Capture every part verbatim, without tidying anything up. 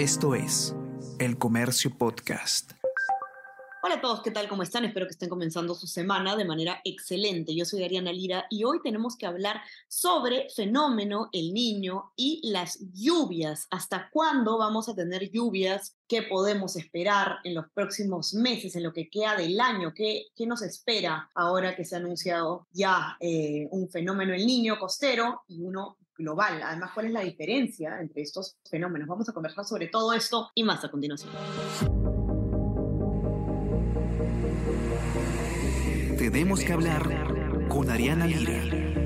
Esto es El Comercio Podcast. Hola a todos, ¿qué tal? ¿Cómo están? Espero que estén comenzando su semana de manera excelente. Yo soy Ariana Lira y hoy tenemos que hablar sobre fenómeno El Niño y las lluvias. ¿Hasta cuándo vamos a tener lluvias? ¿Qué podemos esperar en los próximos meses, en lo que queda del año? ¿Qué, qué nos espera ahora que se ha anunciado ya eh, un fenómeno El Niño costero y uno global? Además, ¿cuál es la diferencia entre estos fenómenos? Vamos a conversar sobre todo esto y más a continuación. Tenemos que hablar con Ariana Lira.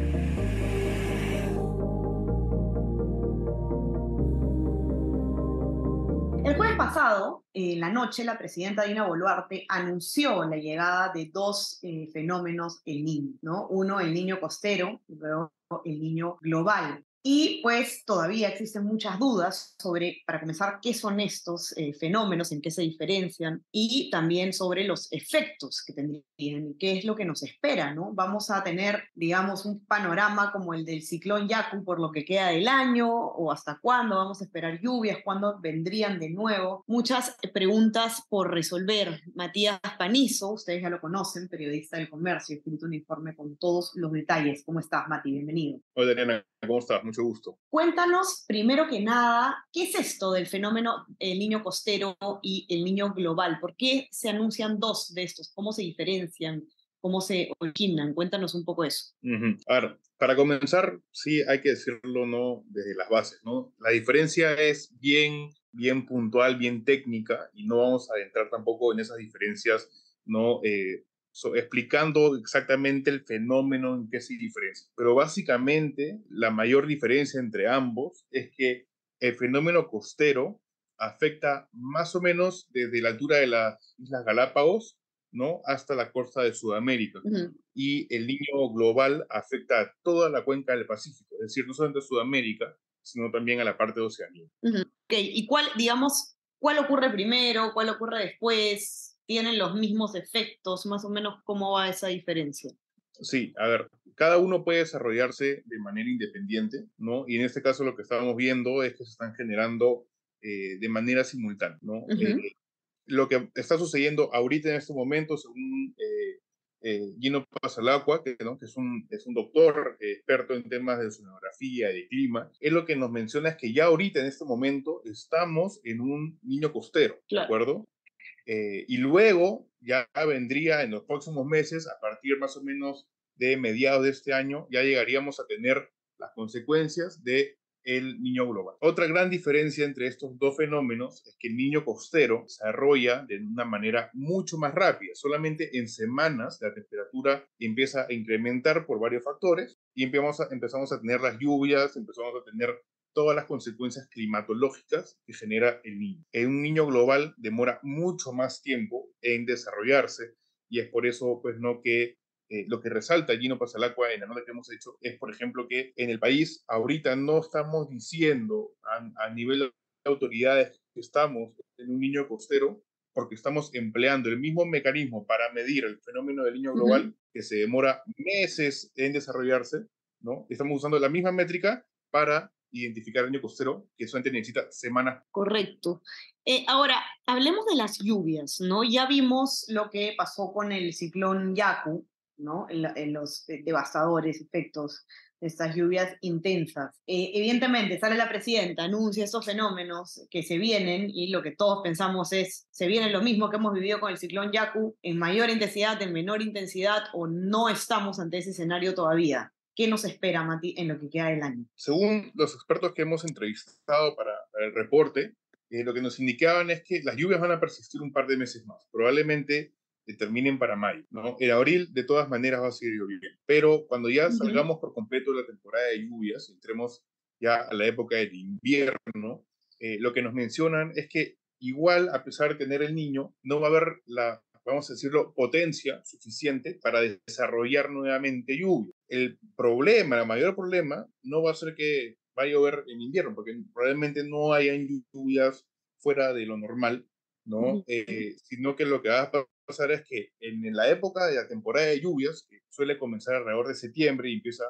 El jueves pasado, en la noche, la presidenta Dina Boluarte anunció la llegada de dos eh, fenómenos El Niño, ¿no? Uno, el niño costero, y luego el niño global. Y pues todavía existen muchas dudas sobre, para comenzar, qué son estos eh, fenómenos, en qué se diferencian, y también sobre los efectos que tendrían y qué es lo que nos espera, ¿no? Vamos a tener, digamos, un panorama como el del ciclón Yaku por lo que queda del año, o hasta cuándo vamos a esperar lluvias, cuándo vendrían de nuevo. Muchas preguntas por resolver. Matías Panizo, ustedes ya lo conocen, periodista del Comercio, ha escrito un informe con todos los detalles. ¿Cómo estás, Mati? Bienvenido. Hola, Ariana, ¿cómo estás? Mucho gusto. Cuéntanos, primero que nada, ¿qué es esto del fenómeno el niño costero y el niño global? ¿Por qué se anuncian dos de estos? ¿Cómo se diferencian? ¿Cómo se originan? Cuéntanos un poco eso. Uh-huh. A ver, para comenzar, sí hay que decirlo, ¿no? Desde las bases, ¿no? La diferencia es bien, bien puntual, bien técnica, y no vamos a entrar tampoco en esas diferencias, ¿no? Eh, So, explicando exactamente el fenómeno en qué se diferencia. Pero básicamente la mayor diferencia entre ambos es que el fenómeno costero afecta más o menos desde la altura de las Islas Galápagos, ¿no? Hasta la costa de Sudamérica. Uh-huh. Y el niño global afecta a toda la cuenca del Pacífico, es decir, no solamente a Sudamérica, sino también a la parte de Oceanía. Uh-huh. Ok, ¿y cuál, digamos, cuál ocurre primero, cuál ocurre después? ¿Tienen los mismos efectos? Más o menos, ¿cómo va esa diferencia? Sí, a ver, cada uno puede desarrollarse de manera independiente, ¿no? Y en este caso lo que estábamos viendo es que se están generando eh, de manera simultánea, ¿no? Uh-huh. Eh, lo que está sucediendo ahorita en este momento, según eh, eh, Gino Pasalacqua, que, ¿no? que es, un, es un doctor eh, experto en temas de oceanografía y de clima, es lo que nos menciona es que ya ahorita en este momento estamos en un niño costero, claro. ¿De acuerdo? Eh, y luego ya vendría en los próximos meses, a partir más o menos de mediados de este año, ya llegaríamos a tener las consecuencias del niño global. Otra gran diferencia entre estos dos fenómenos es que el niño costero se desarrolla de una manera mucho más rápida. Solamente en semanas la temperatura empieza a incrementar por varios factores y empezamos a, empezamos a tener las lluvias, empezamos a tener todas las consecuencias climatológicas que genera el niño. En un niño global demora mucho más tiempo en desarrollarse y es por eso, pues, no que eh, lo que resalta Gino Pasalacqua en la nota que hemos hecho es, por ejemplo, que en el país ahorita no estamos diciendo a, a nivel de autoridades que estamos en un niño costero porque estamos empleando el mismo mecanismo para medir el fenómeno del niño global, uh-huh. que se demora meses en desarrollarse, ¿no? Estamos usando la misma métrica para identificar el niño costero, que solamente necesita semanas. Correcto. Eh, ahora, hablemos de las lluvias, ¿no? Ya vimos lo que pasó con el ciclón Yaku, ¿no? En, la, en los eh, devastadores efectos de estas lluvias intensas. Eh, evidentemente, sale la presidenta, anuncia esos fenómenos que se vienen y lo que todos pensamos es, se viene lo mismo que hemos vivido con el ciclón Yaku, en mayor intensidad, en menor intensidad, o no estamos ante ese escenario todavía. ¿Qué nos espera, Mati, en lo que queda del año? Según los expertos que hemos entrevistado para, para el reporte, eh, lo que nos indicaban es que las lluvias van a persistir un par de meses más. Probablemente terminen para mayo, ¿no? En abril, de todas maneras, va a seguir lloviendo. Pero cuando ya uh-huh. salgamos por completo de la temporada de lluvias, entremos ya a la época del invierno, eh, lo que nos mencionan es que igual, a pesar de tener el niño, no va a haber la, vamos a decirlo, potencia suficiente para desarrollar nuevamente lluvia. El problema, el mayor problema, no va a ser que va a llover en invierno, porque probablemente no hayan lluvias fuera de lo normal, ¿no? Uh-huh. Eh, sino que lo que va a pasar es que en la época de la temporada de lluvias, que suele comenzar alrededor de septiembre y empieza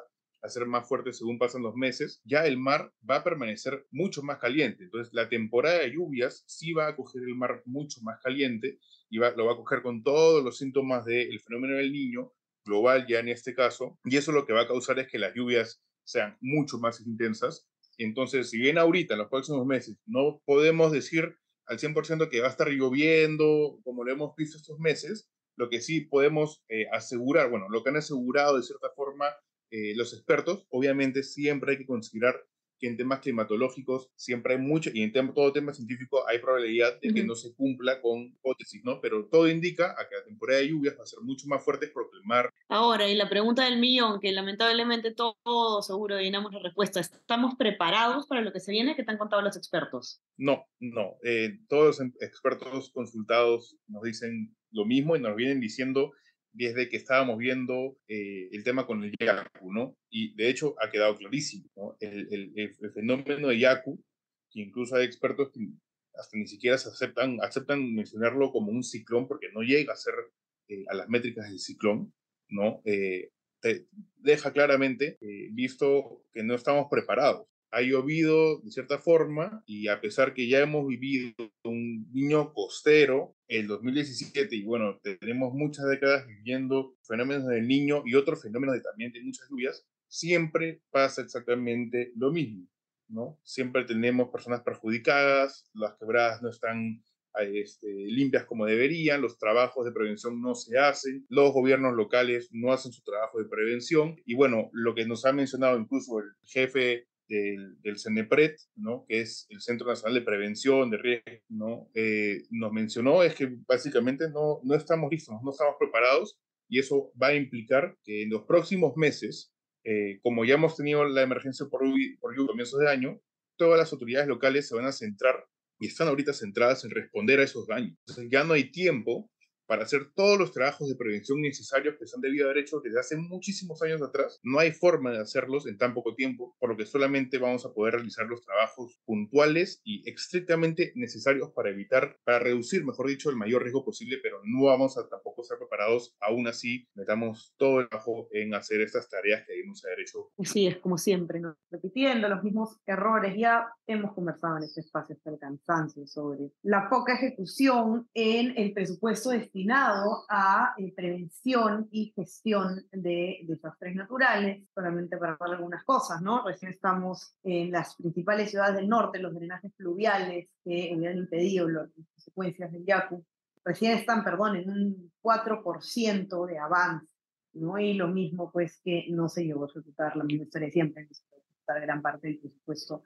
a ser más fuerte según pasan los meses, ya el mar va a permanecer mucho más caliente. Entonces, la temporada de lluvias sí va a coger el mar mucho más caliente y va, lo va a coger con todos los síntomas del fenómeno del Niño, global ya en este caso, y eso lo que va a causar es que las lluvias sean mucho más intensas. Entonces, si bien ahorita, en los próximos meses, no podemos decir al cien por ciento que va a estar lloviendo como lo hemos visto estos meses, lo que sí podemos eh, asegurar, bueno, lo que han asegurado de cierta forma eh, los expertos, obviamente siempre hay que considerar que en temas climatológicos siempre hay mucho, y en tema, todo tema científico hay probabilidad de que uh-huh. no se cumpla con hipótesis, ¿no? Pero todo indica a que la temporada de lluvias va a ser mucho más fuerte porque el mar... Ahora, y la pregunta del millón, que lamentablemente todos todo seguro adivinamos la respuesta, ¿estamos preparados para lo que se viene? ¿Qué te han contado los expertos? No, no. Eh, todos los expertos consultados nos dicen lo mismo y nos vienen diciendo desde que estábamos viendo eh, el tema con el Yaku, ¿no? Y de hecho ha quedado clarísimo, ¿no? El, el, el fenómeno de Yaku, que incluso hay expertos que hasta ni siquiera se aceptan, aceptan mencionarlo como un ciclón porque no llega a ser eh, a las métricas del ciclón, ¿no? Eh, te deja claramente eh, visto que no estamos preparados. Ha llovido de cierta forma y a pesar que ya hemos vivido un Niño costero el dos mil diecisiete y bueno, tenemos muchas décadas viviendo fenómenos del Niño y otros fenómenos de, también de muchas lluvias, siempre pasa exactamente lo mismo, ¿no? Siempre tenemos personas perjudicadas, las quebradas no están este, limpias como deberían, los trabajos de prevención no se hacen, los gobiernos locales no hacen su trabajo de prevención y bueno, lo que nos ha mencionado incluso el jefe del, del CENEPRED, ¿no? Que es el Centro Nacional de Prevención de Riesgos, ¿no? Eh, nos mencionó es que básicamente no, no estamos listos, no estamos preparados y eso va a implicar que en los próximos meses, eh, como ya hemos tenido la emergencia por lluvia, por lluvia a comienzos de año, todas las autoridades locales se van a centrar y están ahorita centradas en responder a esos daños. Entonces ya no hay tiempo para hacer todos los trabajos de prevención necesarios que se han debido haber hecho desde hace muchísimos años atrás. No hay forma de hacerlos en tan poco tiempo, por lo que solamente vamos a poder realizar los trabajos puntuales y estrictamente necesarios para evitar, para reducir, mejor dicho, el mayor riesgo posible, pero no vamos a tampoco estar preparados. Aún así, metamos todo el trabajo en hacer estas tareas que debemos haber hecho. Sí, es como siempre, ¿no? Repitiendo los mismos errores. Ya hemos conversado en este espacio hasta el cansancio sobre la poca ejecución en el presupuesto de destinado a eh, prevención y gestión de desastres naturales, solamente para hablar algunas cosas, ¿no? Recién estamos en las principales ciudades del norte, los drenajes fluviales que habían impedido las consecuencias del Yaku, recién están, perdón, en un cuatro por ciento de avance, ¿no? Y lo mismo, pues, que no se llegó a ejecutar, la misma historia siempre, no se llegó a ejecutar gran parte del presupuesto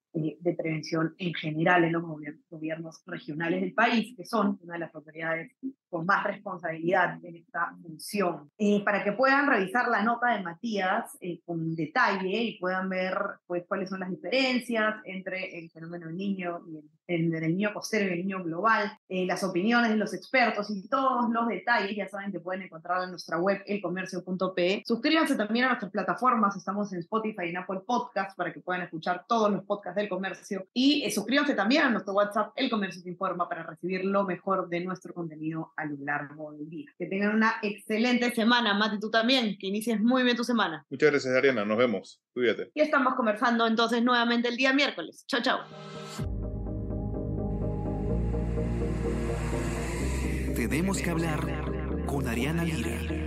de prevención en general en los gobiernos regionales del país, que son una de las autoridades con más responsabilidad en esta función. Eh, para que puedan revisar la nota de Matías eh, con detalle y puedan ver pues, cuáles son las diferencias entre el fenómeno del niño y el, el, el niño costero y el niño global, eh, las opiniones de los expertos y todos los detalles, ya saben que pueden encontrar en nuestra web el comercio punto pe. Suscríbanse también a nuestras plataformas, estamos en Spotify y en Apple Podcasts para que puedan escuchar todos los podcasts del Comercio y eh, suscríbanse también a nuestro WhatsApp El Comercio Te Informa para recibir lo mejor de nuestro contenido a lo largo del día. Que tengan una excelente semana, Mati, tú también, que inicies muy bien tu semana. Muchas gracias, Ariana, nos vemos, cuídate. Y estamos conversando entonces nuevamente el día miércoles. Chao, chao. Tenemos que hablar con Ariana Lira.